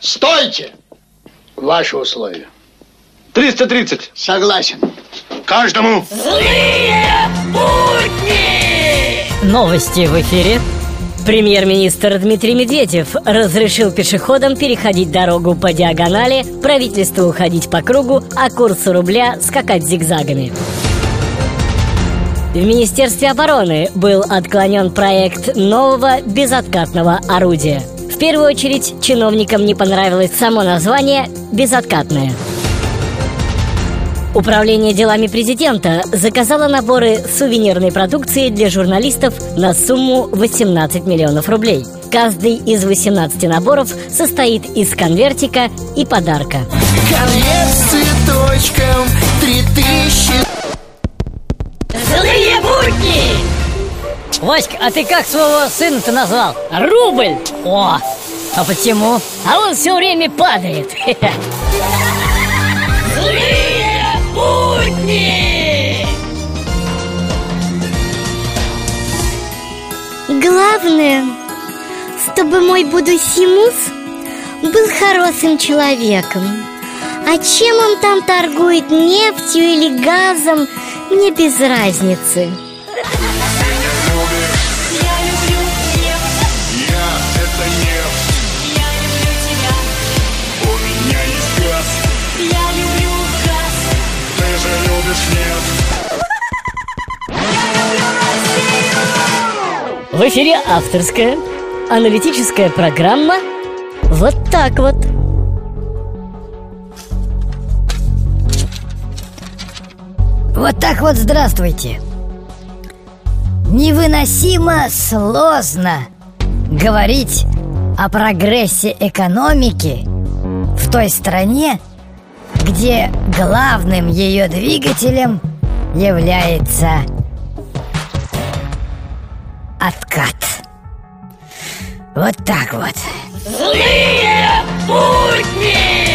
Стойте! Ваши условия. 330. Согласен. Каждому. Злые будни! Новости в эфире. Премьер-министр Дмитрий Медведев разрешил пешеходам переходить дорогу по диагонали, правительству ходить по кругу, а курсу рубля скакать зигзагами. В Министерстве обороны был отклонен проект нового безоткатного орудия. В первую очередь чиновникам не понравилось само название «безоткатное». Управление делами президента заказало наборы сувенирной продукции для журналистов на сумму 18 миллионов рублей. Каждый из 18 наборов состоит из конвертика и подарка. Конверт с цветочком 3000. Злые будни! Васька, а ты как своего сына-то назвал? Рубль! О, а почему? А он все время падает. Злые будни! Главное, чтобы мой будущий муж был хорошим человеком. А чем он там торгует, нефтью или газом, мне без разницы. В эфире авторская аналитическая программа «Вот так вот». Вот так вот здравствуйте. Невыносимо сложно говорить о прогрессе экономики в той стране, где главным ее двигателем является откат. Вот так вот. Злые будни!